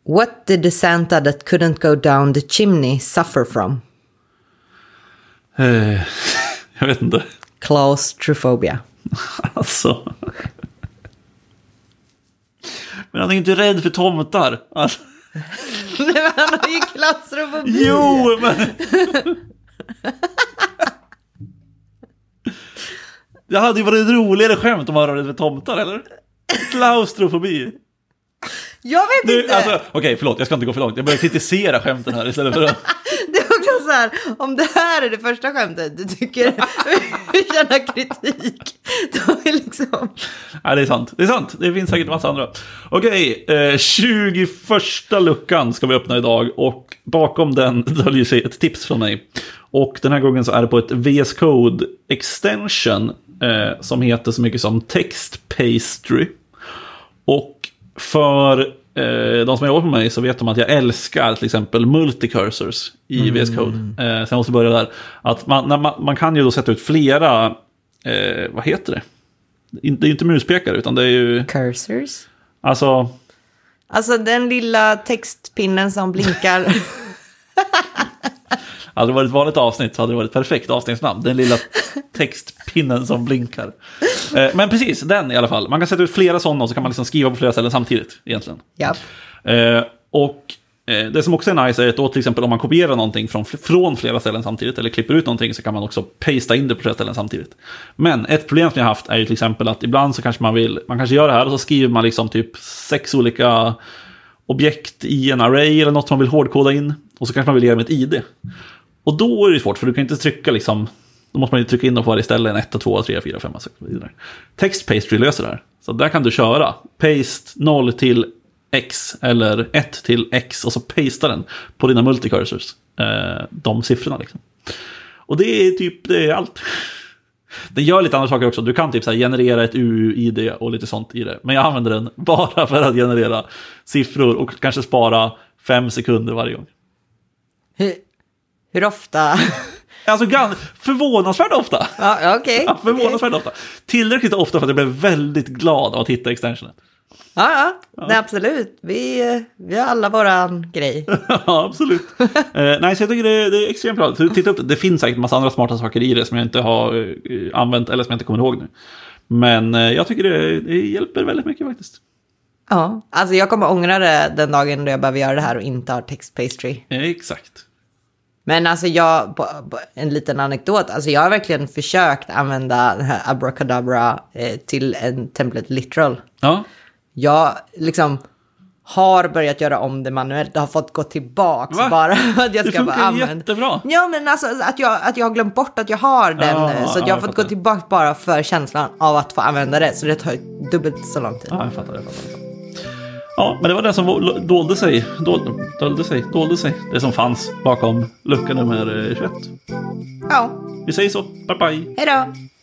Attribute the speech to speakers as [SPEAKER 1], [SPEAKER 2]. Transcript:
[SPEAKER 1] What did the Santa that couldn't go down the chimney suffer from?
[SPEAKER 2] Jag vet inte.
[SPEAKER 1] Claustrophobia.
[SPEAKER 2] Alltså. Men han är inte rädd för tomtar. Alltså.
[SPEAKER 1] Nej, men han har ju klaustrofobi.
[SPEAKER 2] Jo, men... Det hade ju varit roligare skämt om han var rädd för tomtar, eller? Klaustrofobi.
[SPEAKER 1] Jag vet
[SPEAKER 2] Nu,
[SPEAKER 1] inte.
[SPEAKER 2] alltså, okej, förlåt, jag ska inte gå för långt. Jag börjar kritisera skämten här istället för att...
[SPEAKER 1] Det är också så här, om det här är det första skämtet du tycker vi känner kritik, då är liksom...
[SPEAKER 2] Nej, det är sant. Det är sant. Det finns säkert massa andra. Okej, 21:a luckan ska vi öppna idag. Och bakom den döljer sig ett tips från mig. Och den här gången så är det på ett VS Code extension som heter så mycket som Text Pastry. Och för de som jobbar på mig så vet de att jag älskar till exempel multicursors i VS Code. Så jag måste börja där. Att man kan ju då sätta ut flera, vad heter det? Det är ju inte muspekare utan det är ju...
[SPEAKER 1] Cursors?
[SPEAKER 2] Alltså
[SPEAKER 1] den lilla textpinnen som blinkar.
[SPEAKER 2] Hade det varit ett vanligt avsnitt så hade det varit ett perfekt avsnittsnamn. Den lilla textpinnen som blinkar. Men precis, den i alla fall. Man kan sätta ut flera sådana och så kan man liksom skriva på flera ställen samtidigt egentligen.
[SPEAKER 1] Ja.
[SPEAKER 2] Och det som också är nice är att då till exempel om man kopierar någonting från flera ställen samtidigt eller klipper ut någonting så kan man också pasta in det på flera ställen samtidigt. Men ett problem som jag har haft är ju till exempel att ibland så kanske man kanske gör det här och så skriver man liksom typ 6 olika objekt i en array eller något som man vill hårdkoda in och så kanske man vill ge dem ett ID. Och då är det svårt för du kan inte trycka liksom, då måste man ju trycka in dem på varje ställe, 1, 2, 3, 4, 5, 6 och vidare. Text Pastry löser det här. Så där kan du köra paste 0 till X eller 1 till X och så pastar den på dina multicursors, de siffrorna liksom. Och det är allt. Den gör lite andra saker också. Du kan typ så här generera ett UUID och lite sånt i det. Men jag använder den bara för att generera siffror och kanske spara 5 sekunder varje gång.
[SPEAKER 1] Hur ofta?
[SPEAKER 2] Alltså förvånansvärt ofta.
[SPEAKER 1] Ja, okej.
[SPEAKER 2] Ja, förvånansvärt ofta. Tillräckligt ofta för att jag blev väldigt glad av att hitta extensionet.
[SPEAKER 1] Ja. Nej, absolut. Vi har alla våran grej.
[SPEAKER 2] Ja, absolut. Nej, så jag tycker det är extremt bra. Titta upp, det finns säkert en massa andra smarta saker i det som jag inte har använt eller som jag inte kommer ihåg nu. Men jag tycker det hjälper väldigt mycket faktiskt.
[SPEAKER 1] Ja, alltså jag kommer ångra det den dagen då jag behöver göra det här och inte har text pastry.
[SPEAKER 2] Exakt.
[SPEAKER 1] Men alltså en liten anekdot, alltså jag har verkligen försökt använda den här abracadabra till en template literal.
[SPEAKER 2] Ja.
[SPEAKER 1] Jag liksom har börjat göra om det manuellt. Jag har fått gå tillbaks bara att jag ska bara använda.
[SPEAKER 2] Jättebra.
[SPEAKER 1] Ja, men alltså att jag har glömt bort att jag har den. Så att jag har fått gå tillbaks bara för känslan av att få använda det. Så det tar dubbelt så lång tid.
[SPEAKER 2] Ja, jag fattar. Ja, men det var det som dolde sig. Det som fanns bakom lucka nummer 21.
[SPEAKER 1] Ja.
[SPEAKER 2] Vi säger så. Bye bye.
[SPEAKER 1] Hej då.